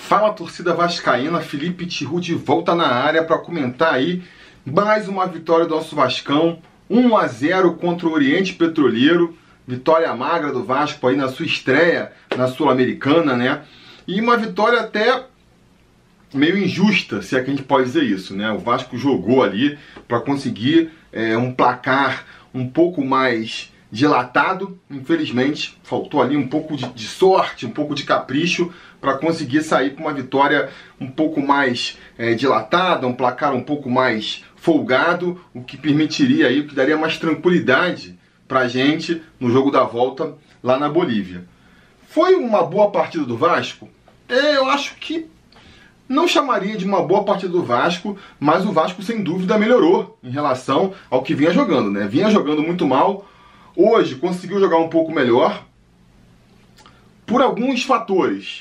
Fala, torcida vascaína, Felipe Tiru de volta na área para comentar aí mais uma vitória do nosso Vascão, 1-0 contra o Oriente Petroleiro, vitória magra do Vasco aí na sua estreia na Sul-Americana, né? E uma vitória até meio injusta, se é que a gente pode dizer isso, né? O Vasco jogou ali para conseguir um placar um pouco mais dilatado, infelizmente faltou ali um pouco de sorte, um pouco de capricho para conseguir sair com uma vitória um pouco mais dilatada, um placar um pouco mais folgado, o que permitiria aí, o que daria mais tranquilidade para a gente no jogo da volta lá na Bolívia. Foi uma boa partida do Vasco? Eu acho que não chamaria de uma boa partida do Vasco, mas o Vasco sem dúvida melhorou em relação ao que vinha jogando, né? Vinha jogando muito mal. Hoje conseguiu jogar um pouco melhor por alguns fatores,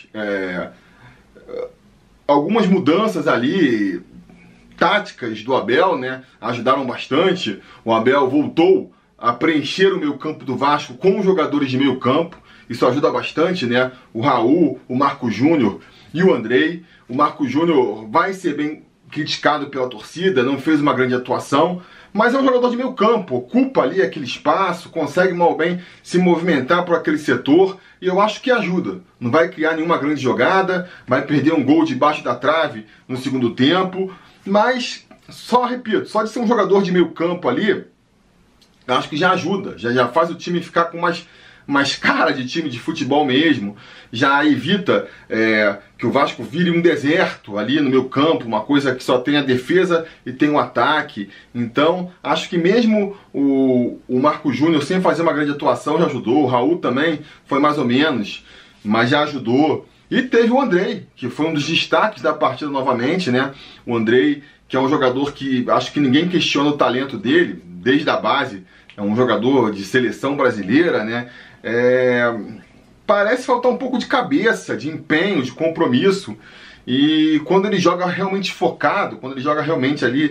algumas mudanças ali, táticas do Abel, né, ajudaram bastante. O Abel voltou a preencher o meio campo do Vasco com os jogadores de meio campo, isso ajuda bastante, né? O Raul, o Marco Júnior e o Andrei. O Marco Júnior vai ser bem criticado pela torcida, não fez uma grande atuação, mas é um jogador de meio campo, ocupa ali aquele espaço, consegue mal bem se movimentar por aquele setor, e eu acho que ajuda. Não vai criar nenhuma grande jogada, vai perder um gol debaixo da trave no segundo tempo, mas, só repito, só de ser um jogador de meio campo ali, eu acho que já ajuda, já faz o time ficar com mais cara de time de futebol mesmo, já evita que o Vasco vire um deserto ali no meio campo, uma coisa que só tem a defesa e tem o ataque. Então, acho que mesmo o Marco Júnior, sem fazer uma grande atuação, já ajudou. O Raul também foi mais ou menos, mas já ajudou. E teve o Andrei, que foi um dos destaques da partida novamente, né? O Andrei, que é um jogador que acho que ninguém questiona o talento dele, desde a base. É um jogador de seleção brasileira, né? Parece faltar um pouco de cabeça, de empenho, de compromisso. E quando ele joga realmente focado, quando ele joga realmente ali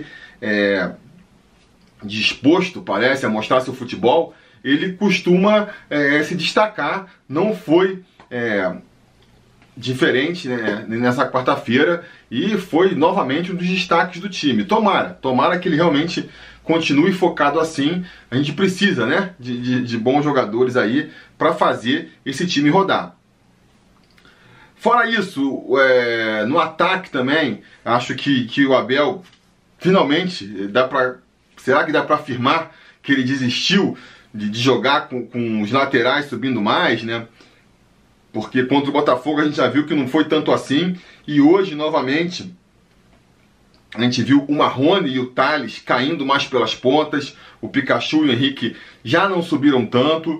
disposto, parece, a mostrar seu futebol, ele costuma se destacar. Não foi diferente, né, nessa quarta-feira, e foi novamente um dos destaques do time. Tomara que ele realmente continue focado assim. A gente precisa, né, de bons jogadores aí para fazer esse time rodar. Fora isso, no ataque também, acho que o Abel finalmente será que dá para afirmar que ele desistiu de jogar com os laterais subindo mais, né? Porque contra o Botafogo a gente já viu que não foi tanto assim, e hoje novamente a gente viu o Marrone e o Thales caindo mais pelas pontas, o Pikachu e o Henrique já não subiram tanto.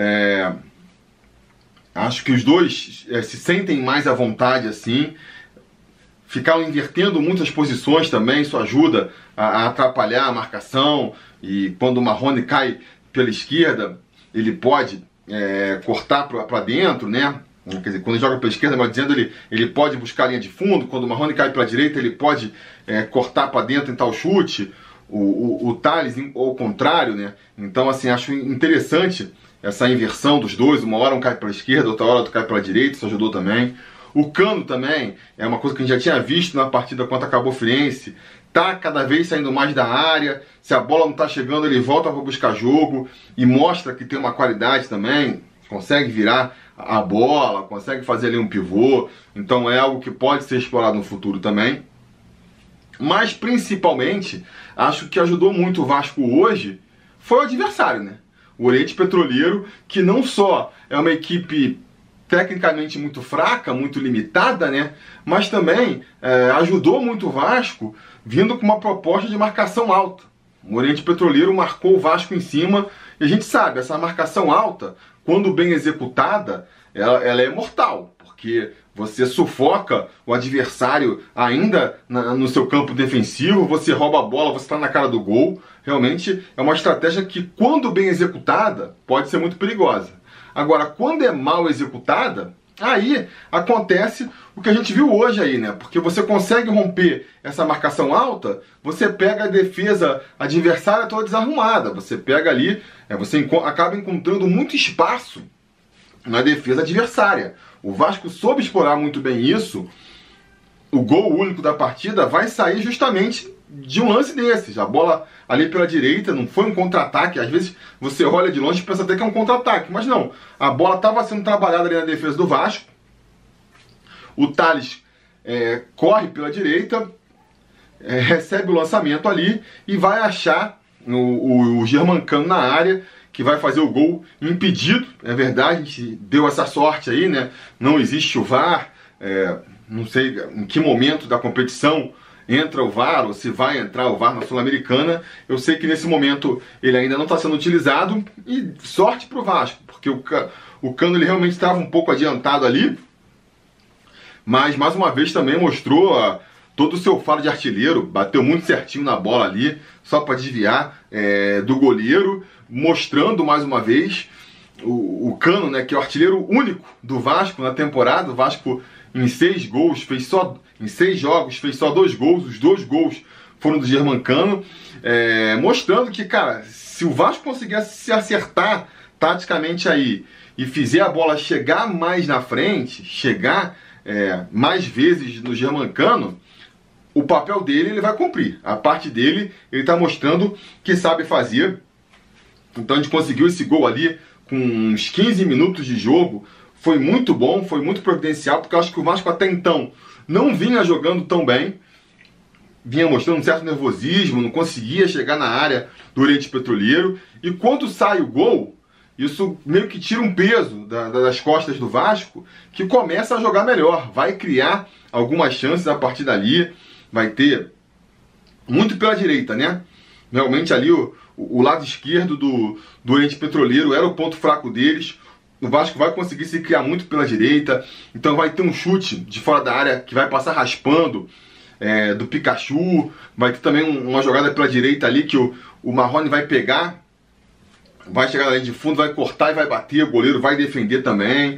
Acho que os dois se sentem mais à vontade assim. Ficaram invertendo muitas posições também, isso ajuda a atrapalhar a marcação. E quando o Marrone cai pela esquerda, ele pode cortar para dentro, né? Quer dizer, quando ele joga pela esquerda, mas dizendo, ele pode buscar a linha de fundo. Quando o Marrone cai pela direita, ele pode cortar para dentro em tal chute. O Thales, ao contrário, né? Então, assim, acho interessante essa inversão dos dois. Uma hora um cai pela esquerda, outra hora outro cai pela direita, isso ajudou também. O Cano também é uma coisa que a gente já tinha visto na partida contra a Cabo Friense. Tá cada vez saindo mais da área. Se a bola não tá chegando, ele volta para buscar jogo e mostra que tem uma qualidade também. Consegue virar a bola, consegue fazer ali um pivô. Então é algo que pode ser explorado no futuro também. Mas principalmente, acho que ajudou muito o Vasco hoje foi o adversário, né? O Oriente Petroleiro, que não só é uma equipe tecnicamente muito fraca, muito limitada, né? Mas também ajudou muito o Vasco vindo com uma proposta de marcação alta. O Oriente Petroleiro marcou o Vasco em cima, e a gente sabe, essa marcação alta, quando bem executada, ela é mortal, porque você sufoca o adversário ainda no seu campo defensivo, você rouba a bola, você está na cara do gol. Realmente é uma estratégia que, quando bem executada, pode ser muito perigosa. Agora, quando é mal executada, aí acontece o que a gente viu hoje aí, né? Porque você consegue romper essa marcação alta, você pega a defesa adversária toda desarrumada, você pega ali, você acaba encontrando muito espaço na defesa adversária. O Vasco soube explorar muito bem isso o gol único da partida vai sair justamente de um lance desses. A bola ali pela direita não foi um contra-ataque. Às vezes você olha de longe e pensa até que é um contra-ataque, mas não. A bola estava sendo trabalhada ali na defesa do Vasco. O Thales corre pela direita, recebe o lançamento ali e vai achar o Germancano na área, que vai fazer o gol impedido. É verdade, a gente deu essa sorte aí, né? Não existe o VAR, não sei em que momento da competição entra o VAR, ou se vai entrar o VAR na Sul-Americana. Eu sei que nesse momento ele ainda não está sendo utilizado, e sorte para o Vasco, porque o Cano ele realmente estava um pouco adiantado ali, mas mais uma vez também mostrou todo o seu faro de artilheiro, bateu muito certinho na bola ali, só para desviar do goleiro, mostrando mais uma vez o Cano, né, que é o artilheiro único do Vasco na temporada. O Vasco em 6 gols, em 6 jogos, fez só 2 gols, os 2 gols foram do Germancano, mostrando que, cara, se o Vasco conseguir se acertar taticamente aí e fizer a bola chegar mais na frente, chegar mais vezes no Germancano, o papel dele ele vai cumprir. A parte dele ele está mostrando que sabe fazer. Então a gente conseguiu esse gol ali com uns 15 minutos de jogo. Foi muito bom, foi muito providencial, porque eu acho que o Vasco até então não vinha jogando tão bem, vinha mostrando um certo nervosismo, não conseguia chegar na área do Oriente Petroleiro. E quando sai o gol, isso meio que tira um peso das costas do Vasco, que começa a jogar melhor, vai criar algumas chances a partir dali, vai ter muito pela direita, né? Realmente ali o lado esquerdo do Oriente Petroleiro era o ponto fraco deles. O Vasco vai conseguir se criar muito pela direita, então vai ter um chute de fora da área que vai passar raspando do Pikachu. Vai ter também uma jogada pela direita ali que o Marrone vai pegar, vai chegar na linha de fundo, vai cortar e vai bater, o goleiro vai defender também.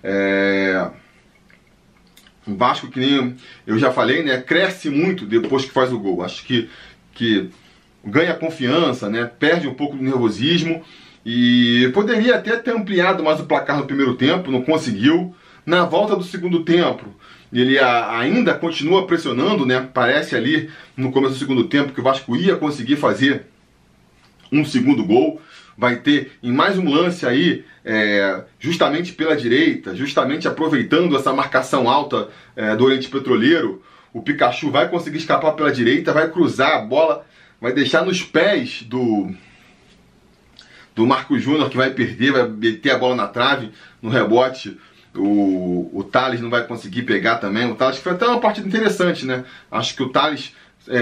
O Vasco, que nem eu já falei, né, cresce muito depois que faz o gol. Acho que ganha confiança, né, perde um pouco do nervosismo, e poderia até ter ampliado mais o placar no primeiro tempo, não conseguiu. Na volta do segundo tempo, ele ainda continua pressionando, né, parece ali no começo do segundo tempo que o Vasco ia conseguir fazer um segundo gol. Vai ter em mais um lance aí, justamente pela direita, justamente aproveitando essa marcação alta do Oriente Petroleiro. O Pikachu vai conseguir escapar pela direita, vai cruzar a bola, vai deixar nos pés do Marcos Júnior, que vai perder, vai meter a bola na trave, no rebote. O Thales não vai conseguir pegar também. O Thales foi até uma partida interessante, né? Acho que o Thales,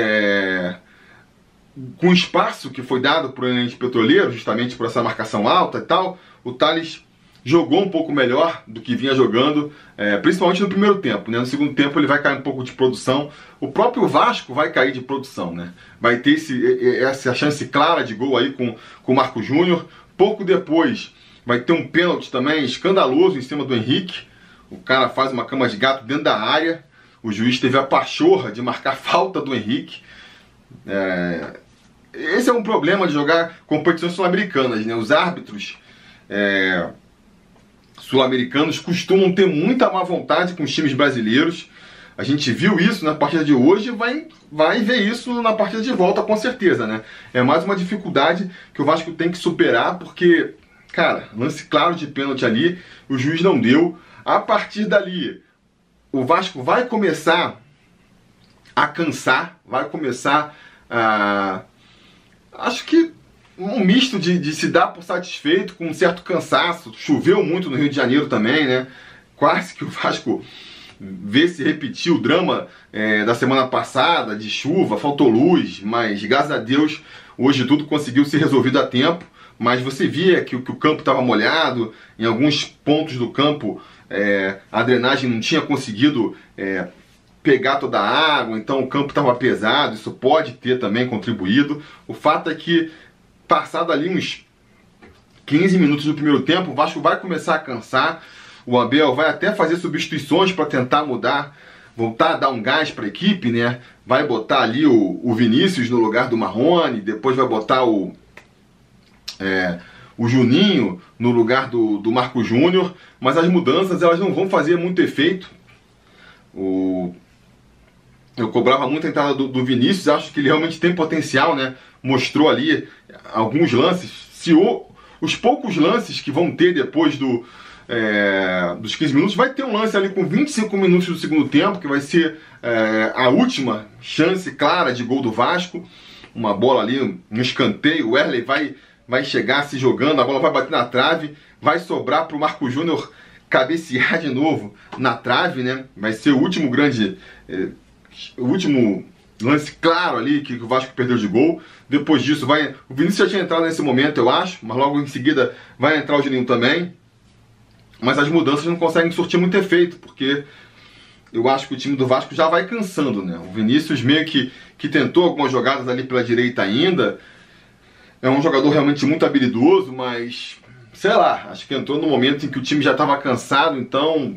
com o espaço que foi dado para o Oriente Petroleiro, justamente por essa marcação alta e tal, o Thales jogou um pouco melhor do que vinha jogando, principalmente no primeiro tempo, né? No segundo tempo ele vai cair um pouco de produção. O próprio Vasco vai cair de produção, né? Vai ter essa chance clara de gol aí com o Marco Júnior. Pouco depois vai ter um pênalti também escandaloso em cima do Henrique. O cara faz uma cama de gato dentro da área. O juiz teve a pachorra de marcar falta do Henrique. Esse é um problema de jogar competições sul-americanas, né? Os árbitros sul-americanos costumam ter muita má vontade com os times brasileiros. A gente viu isso na partida de hoje e vai ver isso na partida de volta, com certeza, né? É mais uma dificuldade que o Vasco tem que superar, porque, cara, lance claro de pênalti ali, o juiz não deu. A partir dali, o Vasco vai começar a cansar, vai começar a... acho que um misto de se dar por satisfeito com um certo cansaço. Choveu muito no Rio de Janeiro também, né? Quase que o Vasco vê se repetir o drama da semana passada, de chuva, faltou luz, mas graças a Deus hoje tudo conseguiu ser resolvido a tempo. Mas você via que o campo estava molhado, em alguns pontos do campo a drenagem não tinha conseguido pegar toda a água, então o campo estava pesado, isso pode ter também contribuído. O fato é que, passado ali uns 15 minutos do primeiro tempo, o Vasco vai começar a cansar. O Abel vai até fazer substituições para tentar mudar, voltar a dar um gás para a equipe, né? Vai botar ali o Vinícius no lugar do Marrone, depois vai botar o Juninho no lugar do Marco Júnior, mas as mudanças elas não vão fazer muito efeito. O eu cobrava muito a entrada do Vinícius, acho que ele realmente tem potencial, né? Mostrou ali alguns lances. Os poucos lances que vão ter depois dos 15 minutos, vai ter um lance ali com 25 minutos do segundo tempo, que vai ser a última chance clara de gol do Vasco. Uma bola ali, um escanteio, o Wesley vai chegar se jogando, a bola vai bater na trave, vai sobrar para o Marco Júnior cabecear de novo na trave, né? Vai ser o último o último lance claro ali que o Vasco perdeu de gol. Depois disso, o Vinícius já tinha entrado nesse momento, eu acho, mas logo em seguida vai entrar o Juninho também. Mas as mudanças não conseguem surtir muito efeito, porque eu acho que o time do Vasco já vai cansando, né? O Vinícius meio que tentou algumas jogadas ali pela direita ainda. É um jogador realmente muito habilidoso, mas sei lá, acho que entrou no momento em que o time já estava cansado, então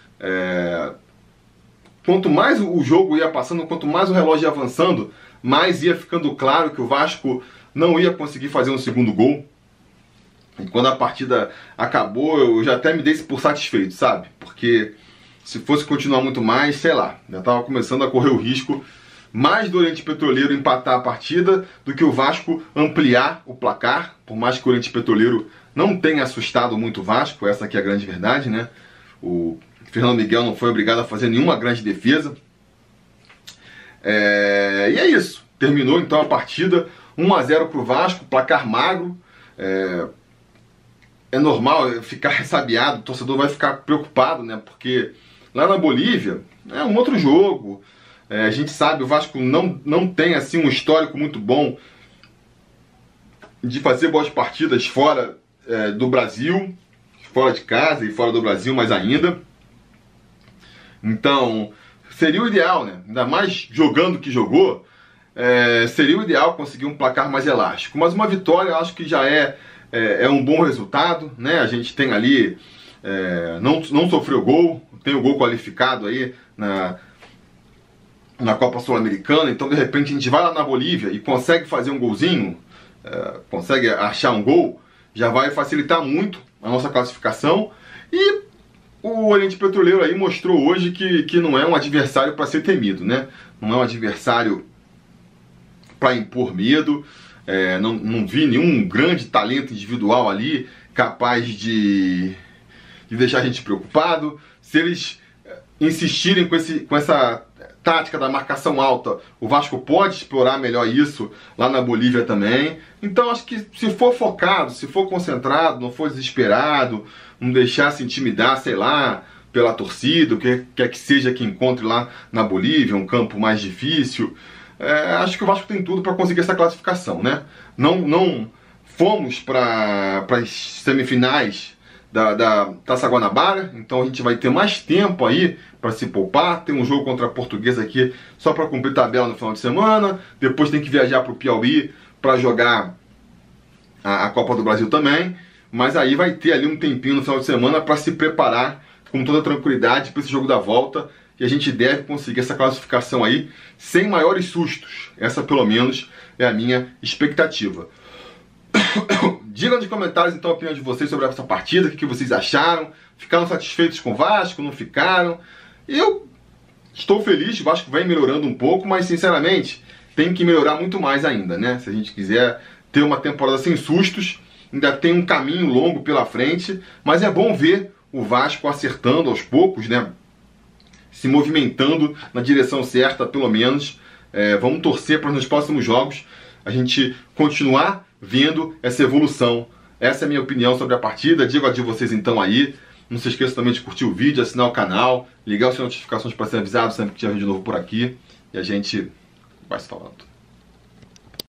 quanto mais o jogo ia passando, quanto mais o relógio ia avançando, mais ia ficando claro que o Vasco não ia conseguir fazer um segundo gol. E quando a partida acabou, eu já até me dei por satisfeito, sabe? Porque se fosse continuar muito mais, sei lá, já estava começando a correr o risco mais do Oriente Petroleiro empatar a partida do que o Vasco ampliar o placar, por mais que o Oriente Petroleiro não tenha assustado muito o Vasco, essa aqui é a grande verdade, né? O Fernando Miguel não foi obrigado a fazer nenhuma grande defesa. E é isso. Terminou então a partida 1-0 para o Vasco, placar magro. É normal ficar ressabiado, o torcedor vai ficar preocupado, né? Porque lá na Bolívia é um outro jogo. A gente sabe, o Vasco não tem assim um histórico muito bom de fazer boas partidas fora do Brasil, fora de casa e fora do Brasil mais ainda. Então, seria o ideal, né? Ainda mais jogando o que jogou, seria o ideal conseguir um placar mais elástico. Mas uma vitória eu acho que já é um bom resultado, né? A gente tem ali, não sofreu gol, tem o gol qualificado aí na Copa Sul-Americana, então de repente a gente vai lá na Bolívia e consegue fazer um golzinho, consegue achar um gol, já vai facilitar muito a nossa classificação. E o Oriente Petroleiro aí mostrou hoje que não é um adversário para ser temido, né? Não é um adversário para impor medo. Não vi nenhum grande talento individual ali capaz de deixar a gente preocupado. Se eles insistirem com essa tática da marcação alta, o Vasco pode explorar melhor isso lá na Bolívia também. Então acho que se for focado, se for concentrado, não for desesperado, não deixar se intimidar, sei lá, pela torcida, o que quer que seja que encontre lá na Bolívia, um campo mais difícil, acho que o Vasco tem tudo para conseguir essa classificação, né? Não fomos para as semifinais da Taça Guanabara, então a gente vai ter mais tempo aí para se poupar. Tem um jogo contra a Portuguesa aqui só para cumprir tabela no final de semana, depois tem que viajar para o Piauí para jogar a Copa do Brasil também, mas aí vai ter ali um tempinho no final de semana para se preparar com toda tranquilidade para esse jogo da volta, e a gente deve conseguir essa classificação aí sem maiores sustos. Essa pelo menos é a minha expectativa. Digam nos comentários então a opinião de vocês sobre essa partida, o que vocês acharam, ficaram satisfeitos com o Vasco, não ficaram? Eu estou feliz, o Vasco vem melhorando um pouco, mas sinceramente tem que melhorar muito mais ainda, né? Se a gente quiser ter uma temporada sem sustos, ainda tem um caminho longo pela frente, mas é bom ver o Vasco acertando aos poucos, né? Se movimentando na direção certa, pelo menos. Vamos torcer para nos próximos jogos a gente continuar vendo essa evolução. Essa é a minha opinião sobre a partida. Digo a de vocês então aí. Não se esqueça também de curtir o vídeo, assinar o canal, ligar as notificações para ser avisado sempre que tiver vídeo novo por aqui. E a gente vai se falando.